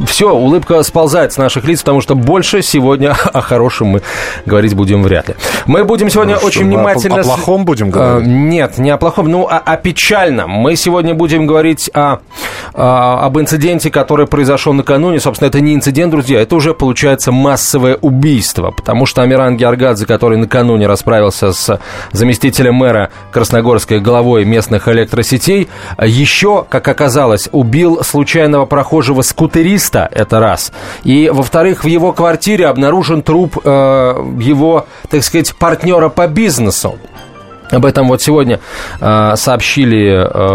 все, улыбка сползает с наших лиц, потому что больше сегодня о хорошем мы говорить будем вряд ли. Мы будем сегодня очень внимательно... О плохом будем говорить? Нет, не о плохом, но о печальном. Мы сегодня будем говорить об инциденте, который произошел накануне. Собственно, это не инцидент, друзья, это уже, получается, массовое убийство, потому что Амиран Гиоргадзе, который накануне расправился с заместителем мэра Красногорска, главой местных электросетей, еще, как оказалось, убил случайного прохожего скутериста, это раз. И, во-вторых, в его квартире обнаружен труп его, так сказать, партнера по бизнесу. Об этом вот сегодня сообщили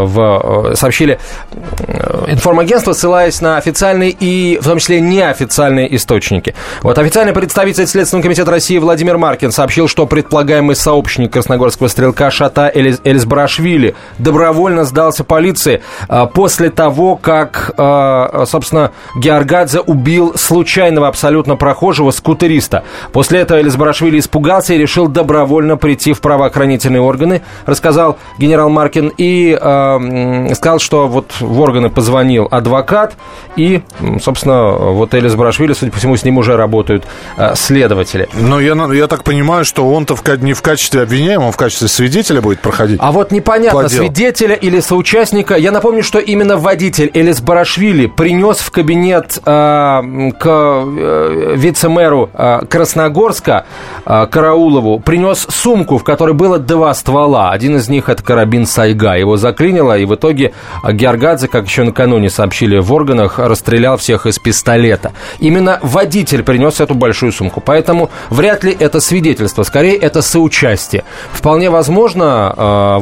информагентства, ссылаясь на официальные и, в том числе, неофициальные источники. Вот официальный представитель Следственного комитета России Владимир Маркин сообщил, что предполагаемый сообщник красногорского стрелка Шата Элизбарашвили добровольно сдался полиции после того, как, собственно, Гиоргадзе убил случайного абсолютно прохожего скутериста. После этого Элизбарашвили испугался и решил добровольно прийти в правоохранительные органы, рассказал генерал Маркин, и сказал, что вот в органы позвонил адвокат, и, собственно, вот Элизбарашвили, судя по всему, с ним уже работают следователи. Но я так понимаю, что он-то не в качестве обвиняемого, он в качестве свидетеля будет проходить. А вот непонятно, свидетеля или соучастника. Я напомню, что именно водитель Элизбарашвили принес в кабинет к вице-мэру Красногорска Караулову, принес сумку, в которой было 2 ствола. Один из них — это карабин Сайга. Его заклинило, и в итоге Гиоргадзе, как еще накануне сообщили в органах, расстрелял всех из пистолета. Именно водитель принес эту большую сумку. Поэтому вряд ли это свидетельство. Скорее, это соучастие. Вполне возможно,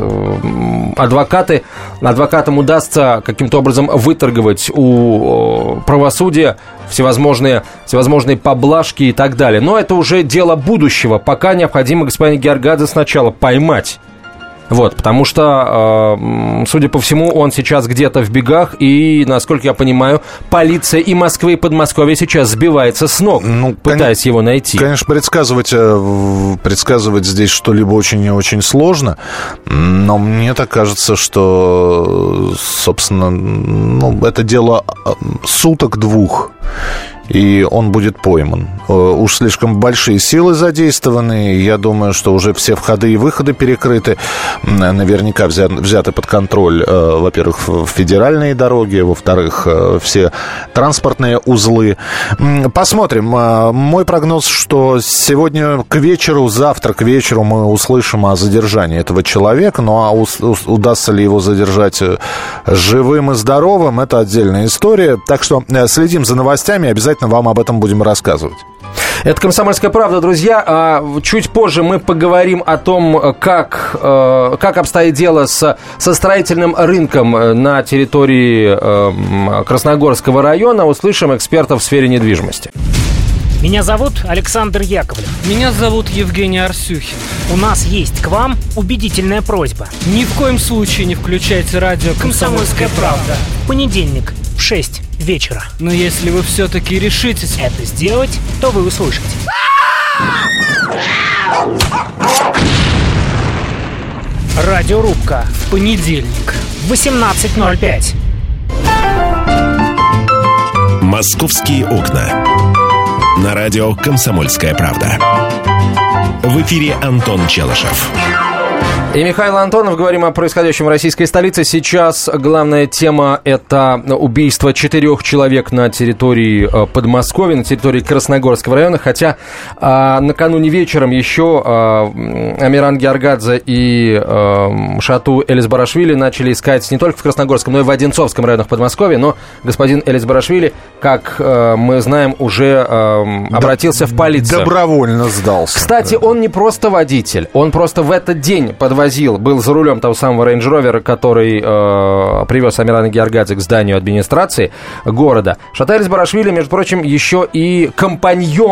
адвокатам удастся каким-то образом выторговать у правосудия всевозможные поблажки и так далее. Но это уже дело будущего. Пока необходимо господина Гиоргадзе сначала поймать. Вот, потому что, судя по всему, он сейчас где-то в бегах, и, насколько я понимаю, полиция и Москвы, и Подмосковья сейчас сбивается с ног, пытаясь его найти. Конечно, предсказывать здесь что-либо очень и очень сложно, но мне так кажется, что, собственно, это дело суток 2. И он будет пойман. Уж слишком большие силы задействованы. Я думаю, что уже все входы и выходы перекрыты. Наверняка взяты под контроль, во-первых, федеральные дороги, во-вторых, все транспортные узлы. Посмотрим. Мой прогноз, что сегодня к вечеру, завтра к вечеру мы услышим о задержании этого человека. Ну, а удастся ли его задержать живым и здоровым, это отдельная история. Так что следим за новостями, обязательно вам об этом будем рассказывать. Это «Комсомольская правда», друзья. Чуть позже мы поговорим о том, как обстоит дело со строительным рынком на территории Красногорского района. Услышим экспертов в сфере недвижимости. Меня зовут Александр Яковлев. Меня зовут Евгений Арсюхин. У нас есть к вам убедительная просьба. Ни в коем случае не включайте радио «Комсомольская правда». В понедельник в 6 вечера. Но если вы все-таки решитесь это сделать, то вы услышите. Радиорубка. В понедельник. 18:05. «Московские окна». На радио «Комсомольская правда». В эфире Антон Челышев. И Михаил Антонов. Говорим о происходящем в российской столице. Сейчас главная тема – это убийство 4 человек на территории Подмосковья, на территории Красногорского района. Хотя накануне вечером еще Амиран Гиоргадзе и Шату Элизбарашвили начали искать не только в Красногорском, но и в Одинцовском районах Подмосковья. Но господин Элизбарашвили, как мы знаем, уже обратился в полицию. Добровольно сдался. Кстати, он не просто водитель, он просто в этот день был за рулем того самого Range Rover, который привез Амирана Гиоргадзе к зданию администрации города. Шата Элизбарашвили, между прочим, еще и компаньон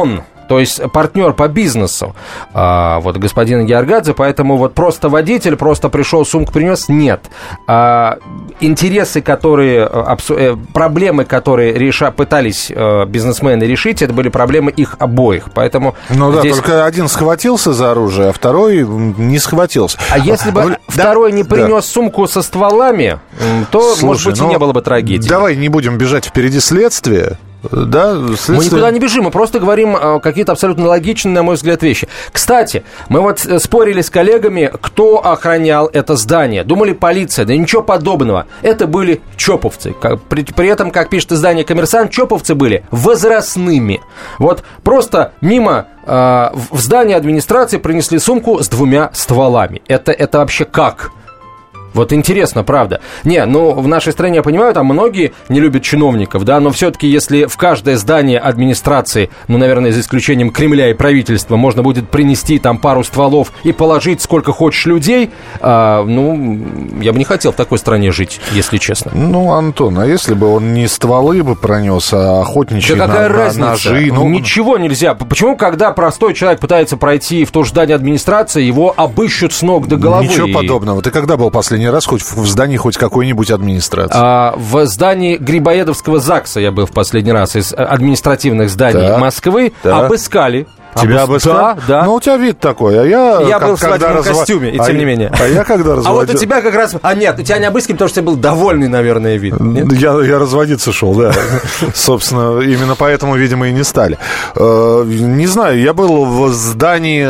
то есть партнер по бизнесу, вот господин Георгадзе, поэтому вот просто водитель, просто пришел, сумку принес, нет. Интересы, которые, проблемы, которые пытались бизнесмены решить, это были проблемы их обоих, поэтому... Ну да, здесь... только один схватился за оружие, а второй не схватился. А если бы второй не принес сумку со стволами, то, слушай, может быть, и не было бы трагедии. Давай не будем бежать впереди следствия. Да, мы никуда не бежим, мы просто говорим какие-то абсолютно логичные, на мой взгляд, вещи. Кстати, мы вот спорили с коллегами, кто охранял это здание. Думали, полиция, да ничего подобного. Это были чоповцы. При этом, как пишет издание «Коммерсант», чоповцы были возрастными. Вот просто мимо в здание администрации принесли сумку с 2 стволами. Это вообще как? Вот интересно, правда. Не, ну, в нашей стране, я понимаю, там многие не любят чиновников, да, но все-таки, если в каждое здание администрации, ну, наверное, за исключением Кремля и правительства, можно будет принести там пару стволов и положить сколько хочешь людей, ну, я бы не хотел в такой стране жить, если честно. Ну, Антон, а если бы он не стволы бы пронес, а охотничьи да какая разница? Ножи? Ну, ничего нельзя. Почему, когда простой человек пытается пройти в то же здание администрации, его обыщут с ног до головы? Ничего подобного. Ты когда был последний раз хоть в здании хоть какой-нибудь администрации? В здании Грибоедовского ЗАГСа я был в последний раз, из административных зданий Москвы. Обыскали. Тебя обыскали? Да. Ну, у тебя вид такой. А я был в свадебном костюме, и тем не менее. А я когда разводил... А вот у тебя как раз... А нет, у тебя не обыскали, потому что ты был довольный, наверное, вид. Я разводиться шел, да. Собственно, именно поэтому, видимо, и не стали. Не знаю, я был в здании...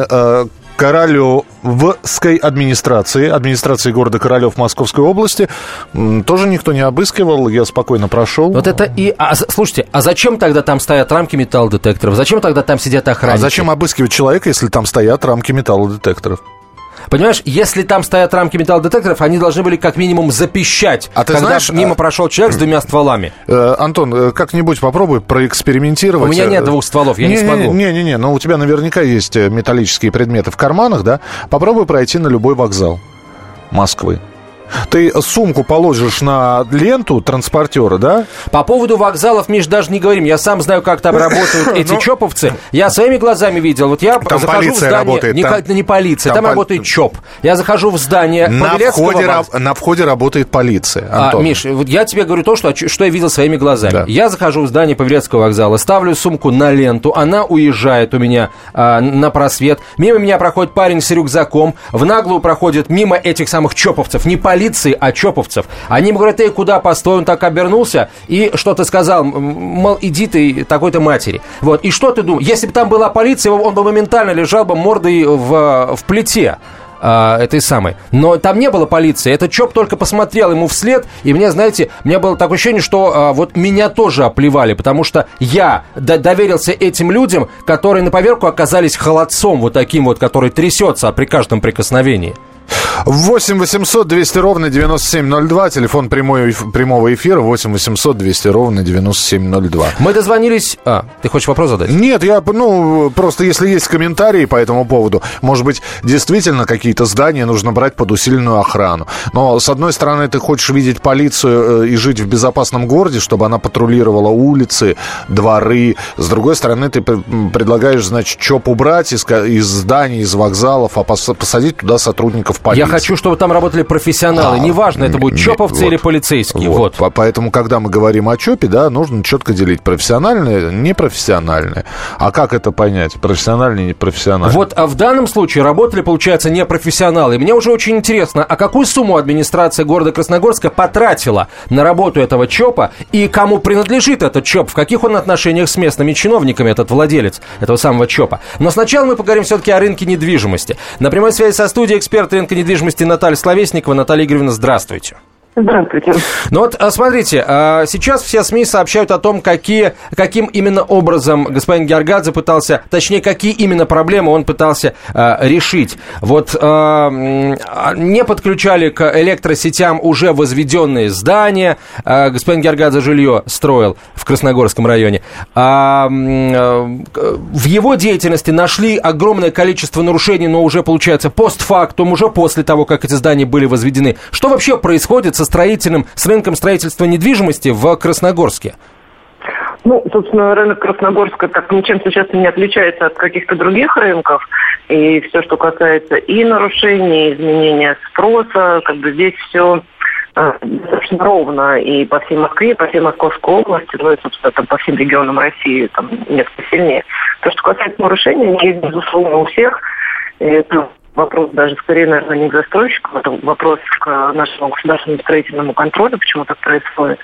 Королевской администрации города Королев Московской области. Тоже никто не обыскивал, я спокойно прошел. Вот это и... слушайте, а зачем тогда там стоят рамки металлодетекторов? Зачем тогда там сидят охранники? А зачем обыскивать человека, если там стоят рамки металлодетекторов? Понимаешь, если там стоят рамки металлодетекторов, они должны были как минимум запищать, когда знаешь, мимо прошел человек с 2 стволами. Антон, как-нибудь попробуй проэкспериментировать. У меня нет 2 стволов, я не смогу. Не-не-не, но у тебя наверняка есть металлические предметы в карманах, да? Попробуй пройти на любой вокзал Москвы. Ты сумку положишь на ленту транспортера, да? По поводу вокзалов, Миш, даже не говорим. Я сам знаю, как там работают эти чоповцы. Я своими глазами видел. Вот я захожу в здание... Не полиция, там работает ЧОП. Я захожу в здание Павелецкого... На входе работает полиция, Антон. Миш, вот я тебе говорю то, что я видел своими глазами. Да. Я захожу в здание Павелецкого вокзала, ставлю сумку на ленту, она уезжает у меня на просвет. Мимо меня проходит парень с рюкзаком, в наглую проходит мимо этих самых чоповцев. Не полиции, а чоповцев. Они ему говорят: эй, куда, постой, он так обернулся и что-то сказал, мол, иди ты такой-то матери. Вот, и что ты думаешь? Если бы там была полиция, он бы моментально лежал бы мордой в плите этой самой. Но там не было полиции. Этот ЧОП только посмотрел ему вслед, и мне, знаете, у меня было такое ощущение, что вот меня тоже оплевали, потому что я доверился этим людям, которые на поверку оказались холодцом вот таким вот, который трясется при каждом прикосновении. 8 800 200 ровно 9702. Телефон прямого эфира 8 800 200 ровно 9702. Мы дозвонились... ты хочешь вопрос задать? Нет, просто если есть комментарии по этому поводу, может быть, действительно какие-то здания нужно брать под усиленную охрану. Но, с одной стороны, ты хочешь видеть полицию и жить в безопасном городе, чтобы она патрулировала улицы, дворы. С другой стороны, ты предлагаешь, значит, ЧОП убрать из зданий, из вокзалов, а посадить туда сотрудников полиции. Я хочу, чтобы там работали профессионалы. Неважно, это будут чоповцы или полицейские. Вот. Поэтому, когда мы говорим о ЧОПе, да, нужно четко делить профессиональное, непрофессиональное. А как это понять? Профессиональное, непрофессиональное. Вот, а в данном случае работали, получается, непрофессионалы. И мне уже очень интересно, а какую сумму администрация города Красногорска потратила на работу этого ЧОПа и кому принадлежит этот ЧОП, в каких он отношениях с местными чиновниками, этот владелец этого самого ЧОПа. Но сначала мы поговорим все-таки о рынке недвижимости. На прямой связи со студией эксперт рынка недвижимости Наталья Словесникова. Наталья Игоревна, здравствуйте. Здравствуйте. Ну вот, смотрите, сейчас все СМИ сообщают о том, каким именно образом господин Георгадзе пытался, точнее, какие именно проблемы он пытался решить. Вот не подключали к электросетям уже возведенные здания, господин Георгадзе жилье строил в Красногорском районе. В его деятельности нашли огромное количество нарушений, но уже, получается, постфактум, уже после того, как эти здания были возведены. Что вообще происходит с рынком строительства недвижимости в Красногорске? Ну, собственно, рынок Красногорска так ничем существенно не отличается от каких-то других рынков. И все, что касается и нарушений, и изменения спроса, как бы здесь все достаточно ровно и по всей Москве, и по всей Московской области, ну и, собственно, там, по всем регионам России, там, несколько сильнее. То, что касается нарушений, они есть, безусловно, у всех. И это вопрос даже скорее, наверное, не к застройщику, это вопрос к нашему государственному строительному контролю, почему так происходит.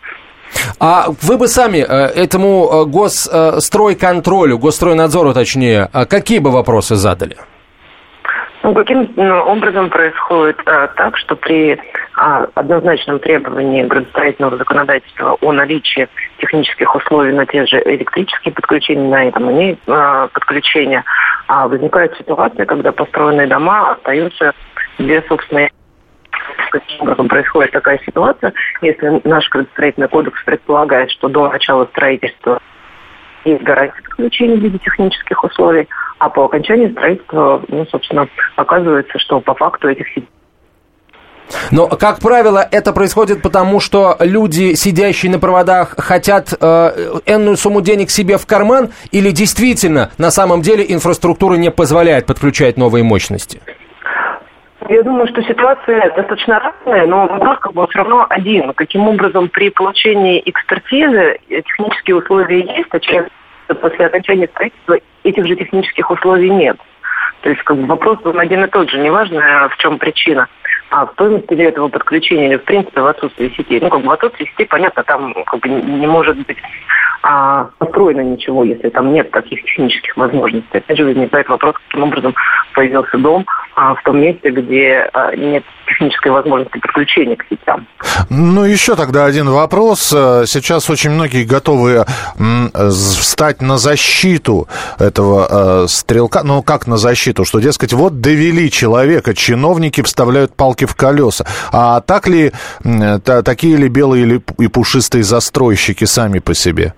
А вы бы сами этому госстройконтролю, госстройнадзору точнее, какие бы вопросы задали? Ну, каким образом происходит так, что при однозначном требовании градостроительного законодательства о наличии технических условий на те же электрические подключения, на этом и подключения, возникает ситуация, когда построенные дома остаются без собственной. Каким образом происходит такая ситуация, если наш градостроительный кодекс предполагает, что до начала строительства есть гарантия подключения в виде технических условий, а по окончании строительства, ну, собственно, оказывается, что по факту этих сетей. Но, как правило, это происходит потому, что люди, сидящие на проводах, хотят энную сумму денег себе в карман, или действительно, на самом деле, инфраструктура не позволяет подключать новые мощности? Я думаю, что ситуация достаточно разная, но вопрос как бы все равно один. Каким образом при получении экспертизы технические условия есть, а часто после окончания строительства этих же технических условий нет. То есть как бы вопрос он один и тот же, неважно в чем причина. А в стоимости ли этого подключения или в принципе в отсутствии сетей. Ну как бы в отсутствии сетей, понятно, там как бы не может быть построено ничего, если там нет таких технических возможностей. Опять же возникает вопрос, каким образом появился дом в том месте, где нет технической возможности подключения к сетям. Ну, еще тогда один вопрос. Сейчас очень многие готовы встать на защиту этого стрелка. Ну, как на защиту? Что, дескать, вот довели человека, чиновники вставляют палки в колеса. А так ли, такие ли белые и пушистые застройщики сами по себе?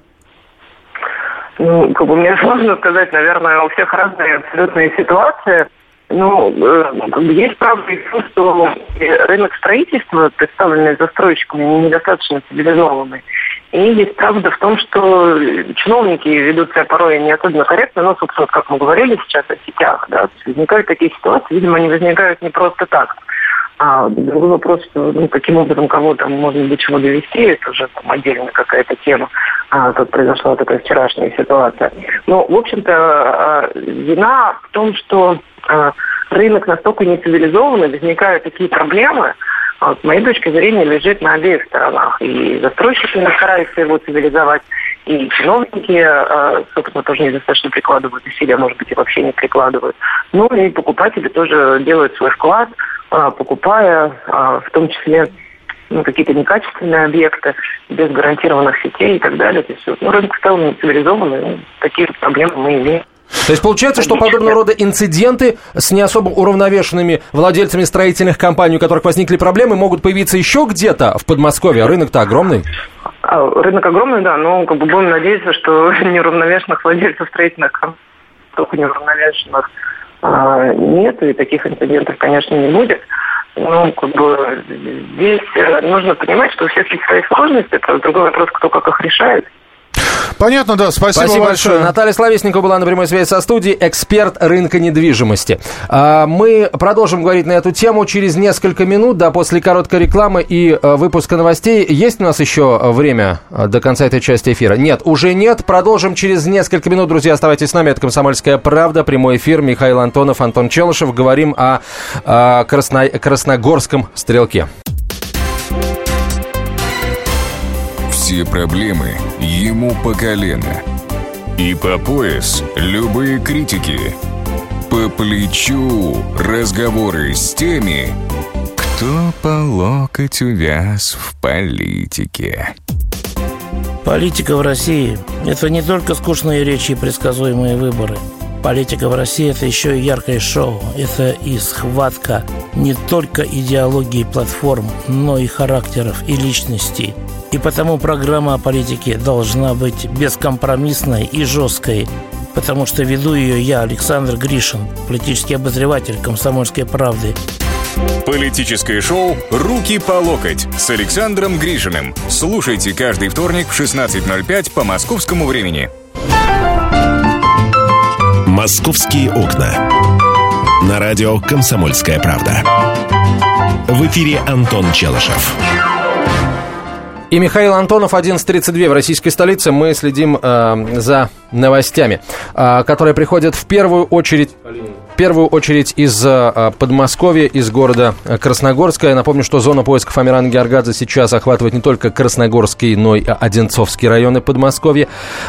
Ну, как бы мне сложно сказать, наверное, у всех разные абсолютные ситуации. Ну, как бы есть правда и то, что рынок строительства, представленный застройщиками, недостаточно цивилизованный. И есть правда в том, что чиновники ведут себя порой не особенно корректно, но, собственно, как мы говорили сейчас о сетях, да, возникают такие ситуации, видимо, они возникают не просто так. А другой вопрос, что, ну, каким образом кого-то можно до чего довести, это уже там отдельная какая-то тема. Тут произошла такая вчерашняя ситуация. Но, в общем-то, вина в том, что рынок настолько нецивилизованный, возникают такие проблемы, с моей точки зрения, лежит на обеих сторонах. И застройщики стараются его цивилизовать, и чиновники, собственно, тоже недостаточно прикладывают усилия, может быть, и вообще не прикладывают. Ну и покупатели тоже делают свой вклад, покупая, в том числе, какие-то некачественные объекты, без гарантированных сетей и так далее. То есть, рынок в целом цивилизованный, такие проблемы мы имеем. То есть получается, что подобного рода инциденты с не особо уравновешенными владельцами строительных компаний, у которых возникли проблемы, могут появиться еще где-то в Подмосковье, а рынок-то огромный? Рынок огромный, да, но как бы будем надеяться, что неуравновешенных владельцев строительных компаний, только неуравновешенных нет, и таких инцидентов, конечно, не будет. Ну, как бы здесь нужно понимать, что у всех есть свои сложности, это другой вопрос, кто как их решает. Понятно, да. Спасибо большое. Наталья Славесникова была на прямой связи со студией, эксперт рынка недвижимости. Мы продолжим говорить на эту тему через несколько минут, да, после короткой рекламы и выпуска новостей. Есть у нас еще время до конца этой части эфира? Нет, уже нет. Продолжим через несколько минут. Друзья, оставайтесь с нами. Это «Комсомольская правда». Прямой эфир. Михаил Антонов, Антон Челышев. Говорим о красногорском стрелке. Все проблемы ему по колено. И по пояс любые критики. По плечу разговоры с теми, кто по локоть увяз в политике. Политика в России – это не только скучные речи и предсказуемые выборы. Политика в России – это еще и яркое шоу. Это и схватка не только идеологии платформ, но и характеров и личностей. И потому программа о политике должна быть бескомпромиссной и жесткой, потому что веду ее я, Александр Гришин, политический обозреватель «Комсомольской правды». Политическое шоу «Руки по локоть» с Александром Гришиным. Слушайте каждый вторник в 16:05 по московскому времени. «Московские окна». На радио «Комсомольская правда». В эфире Антон Челышев. И Михаил Антонов, 11:32 в российской столице. Мы следим за новостями, которые приходят в первую очередь из Подмосковья, из города Красногорска. Я напомню, что зона поисков Амирана Георгадзе сейчас охватывает не только Красногорский, но и Одинцовский районы Подмосковья.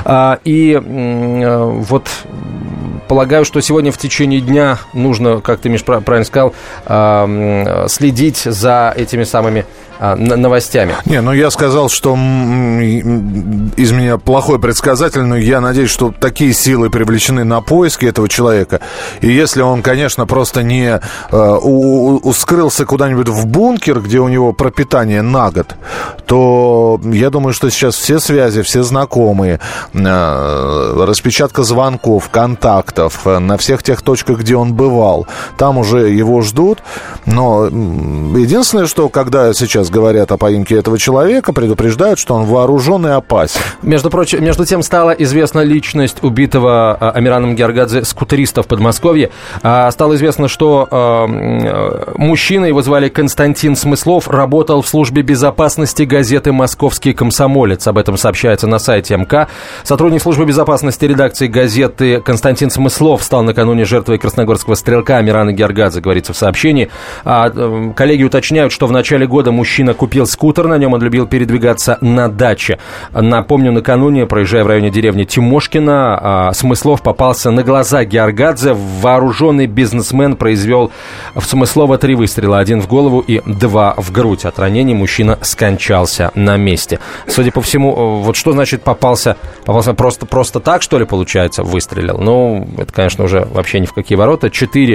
Вот полагаю, что сегодня в течение дня нужно, как ты, Миш, правильно сказал, следить за этими самыми новостями. Я сказал, что из меня плохой предсказатель, но я надеюсь, что такие силы привлечены на поиски этого человека. И если он, конечно, просто не скрылся куда-нибудь в бункер, где у него пропитание на год, то я думаю, что сейчас все связи, все знакомые, распечатка звонков, контактов на всех тех точках, где он бывал, там уже его ждут. Но единственное, что когда сейчас говорят о поимке этого человека, предупреждают, что он вооружен и опасен. Между тем стала известна личность убитого Амираном Георгадзе скутериста в Подмосковье. Стало известно, что мужчина, его звали Константин Смыслов, работал в службе безопасности газеты «Московский комсомолец». Об этом сообщается на сайте МК. Сотрудник службы безопасности редакции газеты Константин Смыслов стал накануне жертвой красногорского стрелка Амирана Георгадзе, говорится в сообщении. Коллеги уточняют, что в начале года мужчина купил скутер, на нем он любил передвигаться на даче. Напомню, накануне, проезжая в районе деревни Тимошкина, Смыслов попался на глаза Георгадзе. Вооруженный бизнесмен произвел в Смыслова 3 выстрела, 1 в голову и 2 в грудь. От ранений мужчина скончался на месте. Судя по всему, вот что значит попался просто так, что ли, получается, выстрелил? Это, конечно, уже вообще ни в какие ворота. 4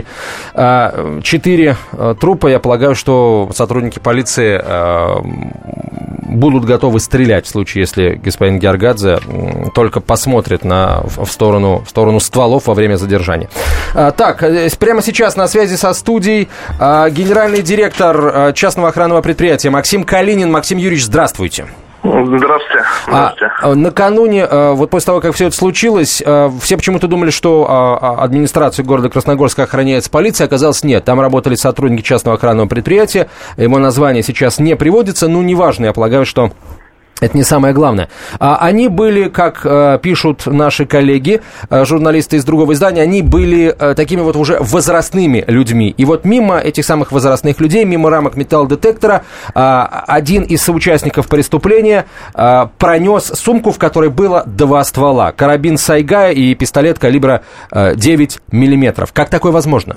трупа, я полагаю, что сотрудники полиции будут готовы стрелять в случае, если господин Георгадзе только посмотрит в сторону стволов во время задержания. Так, прямо сейчас на связи со студией генеральный директор частного охранного предприятия Максим Калинин. Максим Юрьевич, здравствуйте. Здравствуйте. Накануне, вот после того, как все это случилось, все почему-то думали, что администрацию города Красногорска охраняется полиция. Оказалось, нет. Там работали сотрудники частного охранного предприятия. Его название сейчас не приводится. Неважно, я полагаю, что это не самое главное. Они были, как пишут наши коллеги, журналисты из другого издания, они были такими вот уже возрастными людьми. И вот мимо этих самых возрастных людей, мимо рамок металлодетектора, один из соучастников преступления пронес сумку, в которой было 2 ствола. Карабин Сайга и пистолет калибра 9 миллиметров. Как такое возможно?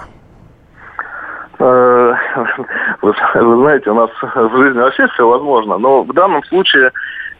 Вы знаете, у нас в жизни вообще все возможно, но в данном случае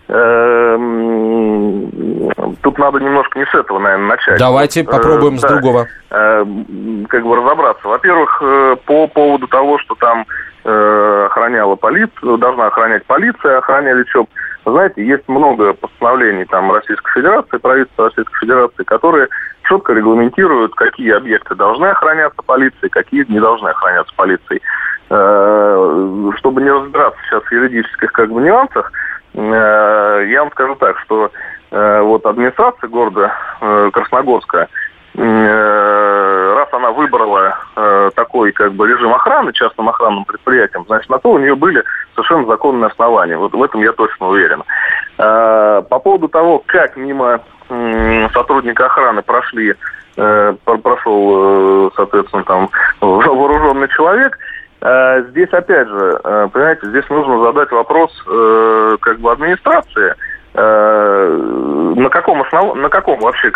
тут надо немножко не с этого, наверное, начать. Давайте попробуем с другого. Разобраться. Во-первых, по поводу того, что там охраняла полиция, должна охранять полиция, охраняли ЧОП. Знаете, есть много постановлений там Российской Федерации, правительства Российской Федерации, которые четко регламентируют, какие объекты должны охраняться полицией, какие не должны охраняться полицией. Чтобы не разбираться сейчас в юридических нюансах, я вам скажу так, что вот администрация города Красногорска, раз она выбрала такой режим охраны частным охранным предприятием, значит, на то у нее были совершенно законные основания. Вот в этом я точно уверен. По поводу того, как мимо сотрудника охраны прошел, соответственно, там вооруженный человек, здесь, опять же, понимаете, здесь нужно задать вопрос администрации, на каком вообще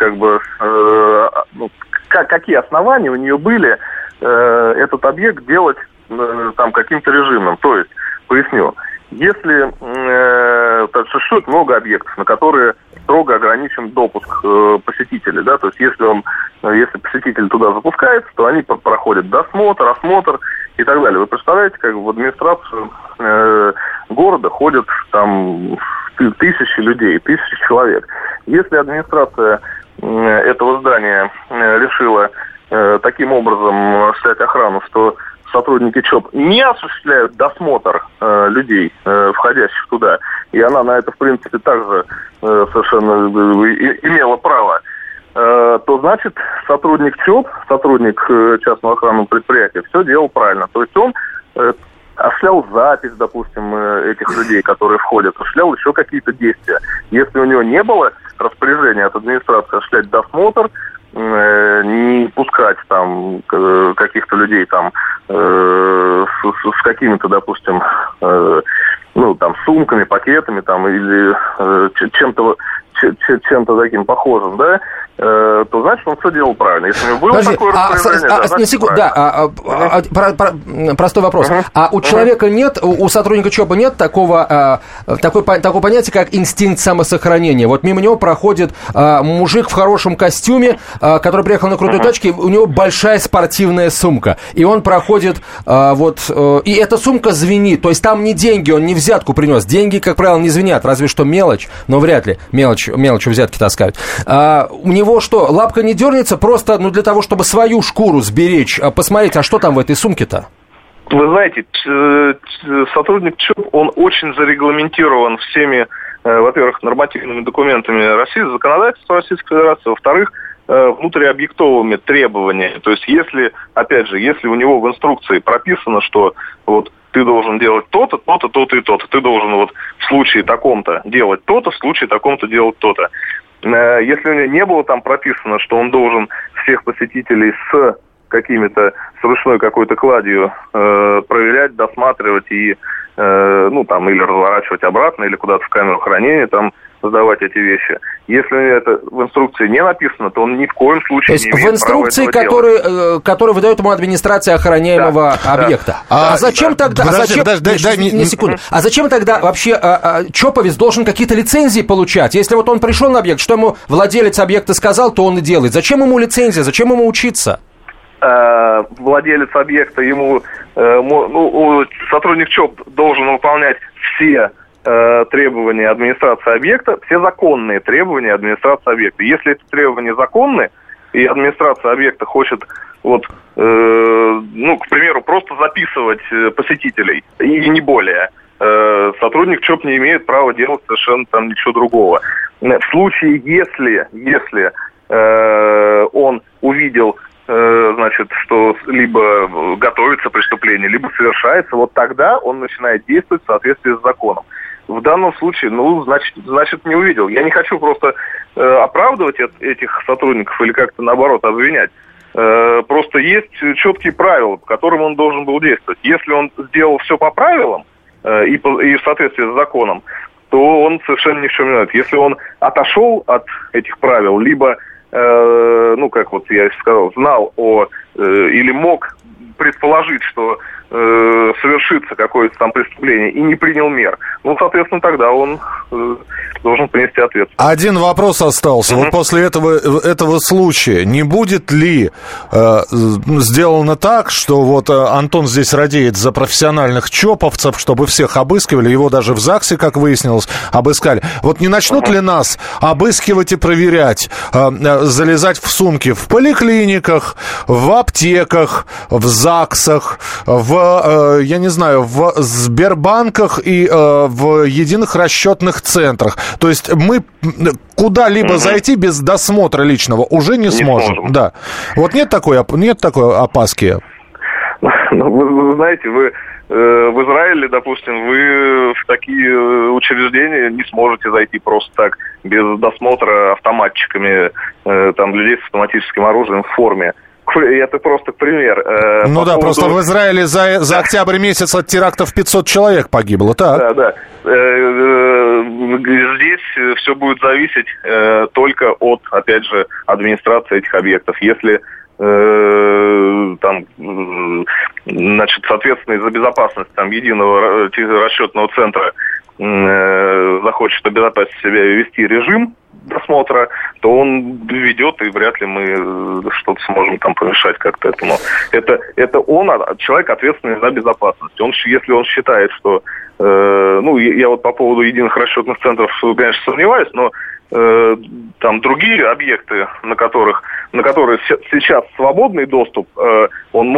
какие основания у нее были этот объект делать там каким-то режимом. То есть, поясню, если существует много объектов, на которые строго ограничен допуск посетителей, да, то есть если посетитель туда запускается, то они проходят досмотр, осмотр и так далее. Вы представляете, как в администрацию города ходят там тысячи людей, тысячи человек. Если администрация этого здания решила таким образом осуществлять охрану, что сотрудники ЧОП не осуществляют досмотр людей, входящих туда, и она на это, в принципе, также совершенно имела право, то значит сотрудник ЧОП, сотрудник частного охранного предприятия, все делал правильно. То есть он осуществлял запись, допустим, этих людей, которые входят, осуществлял еще какие-то действия. Если у него не было распоряжения от администрации осуществлять досмотр, не пускать там каких-то людей там с какими-то, допустим, там сумками, пакетами там или чем-то таким похожим, да, то значит он все делал правильно. Если у него было такое распоряжение, простой вопрос. А у человека нет, у сотрудника ЧОПа нет такого понятия, как инстинкт самосохранения? Вот мимо него проходит мужик в хорошем костюме, который приехал на крутой тачке, у него большая спортивная сумка, и он проходит и эта сумка звенит, то есть там не деньги, он не взятку принес. Деньги, как правило, не звенят, разве что мелочь, но вряд ли мелочью взятки таскают. У него что, лапка не дернется просто для того, чтобы свою шкуру сберечь, посмотреть, а что там в этой сумке-то? Вы знаете, сотрудник ЧОП, он очень зарегламентирован всеми, во-первых, нормативными документами России, законодательством Российской Федерации, во-вторых, внутриобъектовыми требованиями. То есть, если у него в инструкции прописано, что вот ты должен делать то-то, то-то, то-то и то-то, ты должен вот в случае таком-то делать то-то, в случае таком-то делать то-то. Если у него не было там прописано, что он должен всех посетителей с какими-то, с ручной какой-то кладью проверять, досматривать и, или разворачивать обратно, или куда-то в камеру хранения, там, сдавать эти вещи. Если это в инструкции не написано, то он ни в коем случае не имеет права этого делать. Которую выдает ему администрация охраняемого объекта. А зачем тогда... секунду. А зачем тогда вообще ЧОПовец должен какие-то лицензии получать? Если вот он пришел на объект, что ему владелец объекта сказал, то он и делает. Зачем ему лицензия? Зачем ему учиться? Владелец объекта, сотрудник ЧОП должен выполнять все требования администрации объекта, все законные требования администрации объекта. Если эти требования законны, и администрация объекта хочет, к примеру, просто записывать посетителей, и не более, сотрудник ЧОП не имеет права делать совершенно там ничего другого. В случае, если он увидел, что либо готовится преступление, либо совершается, вот тогда он начинает действовать в соответствии с законом. В данном случае, значит, не увидел. Я не хочу просто оправдывать этих сотрудников или как-то, наоборот, обвинять. Просто есть четкие правила, по которым он должен был действовать. Если он сделал все по правилам и в соответствии с законом, то он совершенно ни в чем не виноват. Если он отошел от этих правил, либо, я сказал, знал или мог предположить, что совершится какое-то там преступление и не принял мер, соответственно, тогда он должен принести ответственность. Один вопрос остался. Вот после этого случая не будет ли сделано так, что вот Антон здесь радеет за профессиональных ЧОПовцев, чтобы всех обыскивали, его даже в ЗАГСе, как выяснилось, обыскали. Вот не начнут ли нас обыскивать и проверять, залезать в сумки в поликлиниках, в аптеках, в ЗАГСах, в Сбербанках и в единых расчетных центрах. То есть мы куда-либо зайти без досмотра личного уже не сможем. Да. Вот нет такой опаски? Вы знаете, вы в Израиле, допустим, вы в такие учреждения не сможете зайти просто так, без досмотра автоматчиками, людей с автоматическим оружием в форме. Это просто пример. Просто в Израиле за октябрь месяц от терактов 500 человек погибло, так? Да. Здесь все будет зависеть только от, опять же, администрации этих объектов. Если соответственно, из-за безопасности единого расчетного центра захочет обезопасить себя и ввести режим досмотра, то он ведет, и вряд ли мы что-то сможем там помешать как-то этому. Это он, человек, ответственный за безопасность. Если он считает, что... я вот по поводу единых расчетных центров, конечно, сомневаюсь, но другие объекты, на которые сейчас свободный доступ, он может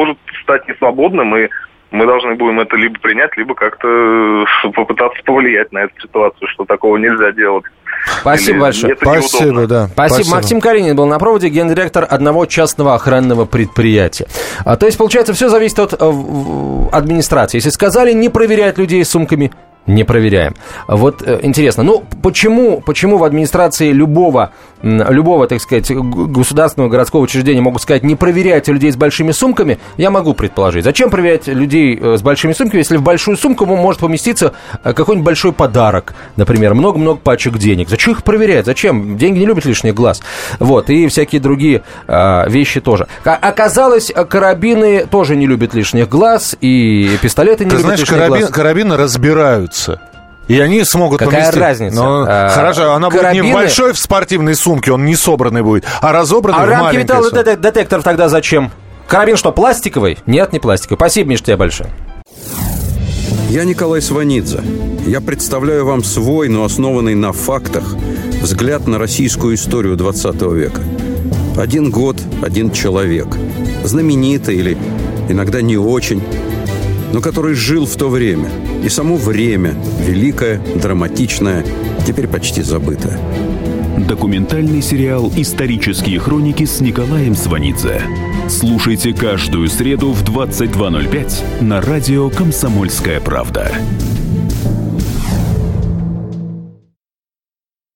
стать несвободным, и мы должны будем это либо принять, либо как-то попытаться повлиять на эту ситуацию, что такого нельзя делать. Спасибо большое. Спасибо, да. Спасибо. Максим Калинин был на проводе, гендиректор одного частного охранного предприятия. То есть, получается, все зависит от администрации. Если сказали не проверять людей с сумками, не проверяем. Вот интересно, почему в администрации любого, так сказать, государственного городского учреждения могут сказать, не проверяйте людей с большими сумками, я могу предположить. Зачем проверять людей с большими сумками, если в большую сумку может поместиться какой-нибудь большой подарок, например, много-много пачек денег. Зачем их проверять? Зачем? Деньги не любят лишних глаз. Вот, и всякие другие вещи тоже. Оказалось, карабины тоже не любят лишних глаз, и пистолеты не любят лишних глаз. Карабины разбираются. И они смогут поместить. Какая разница? Хорошо, она карабины... будет не в большой в спортивной сумке, он не собранный будет, а разобранный в маленькой сумке. А рамки металлодетекторов тогда зачем? Карабин что, пластиковый? Нет, не пластиковый. Спасибо, Миш, тебе большое. Я Николай Сванидзе. Я представляю вам свой, но основанный на фактах, взгляд на российскую историю 20 века. 1 год, 1 человек. Знаменитый или иногда не очень, но который жил в то время. И само время, великое, драматичное, теперь почти забытое. Документальный сериал «Исторические хроники» с Николаем Сванидзе. Слушайте каждую среду в 22:05 на радио «Комсомольская правда».